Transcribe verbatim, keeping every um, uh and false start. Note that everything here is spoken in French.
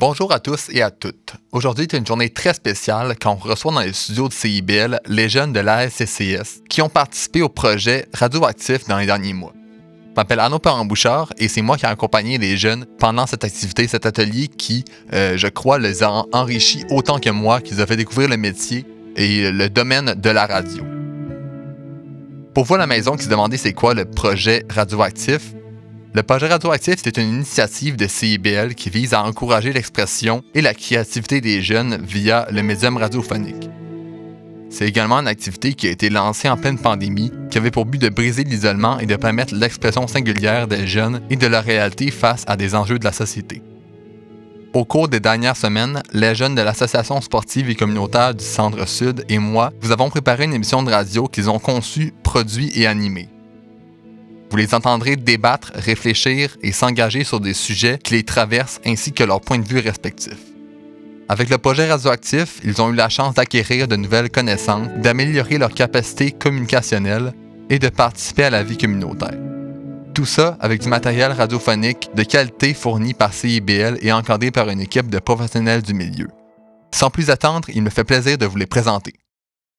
Bonjour à tous et à toutes. Aujourd'hui est une journée très spéciale quand on reçoit dans les studios de C I B L les jeunes de l'A S C C S qui ont participé au projet Radioactif dans les derniers mois. Je m'appelle Arnaud Parent-Bouchard et c'est moi qui ai accompagné les jeunes pendant cette activité, cet atelier qui, euh, je crois, les a enrichis autant que moi, qui les a fait découvrir le métier et le domaine de la radio. Pour vous à la maison qui se demandez c'est quoi le projet Radioactif, le projet Radioactif, c'est une initiative de C I B L qui vise à encourager l'expression et la créativité des jeunes via le médium radiophonique. C'est également une activité qui a été lancée en pleine pandémie, qui avait pour but de briser l'isolement et de permettre l'expression singulière des jeunes et de leur réalité face à des enjeux de la société. Au cours des dernières semaines, les jeunes de l'Association sportive et communautaire du Centre-Sud et moi, vous avons préparé une émission de radio qu'ils ont conçue, produite et animée. Vous les entendrez débattre, réfléchir et s'engager sur des sujets qui les traversent ainsi que leurs points de vue respectifs. Avec le projet Radioactif, ils ont eu la chance d'acquérir de nouvelles connaissances, d'améliorer leurs capacités communicationnelles et de participer à la vie communautaire. Tout ça avec du matériel radiophonique de qualité fourni par C I B L et encadré par une équipe de professionnels du milieu. Sans plus attendre, il me fait plaisir de vous les présenter.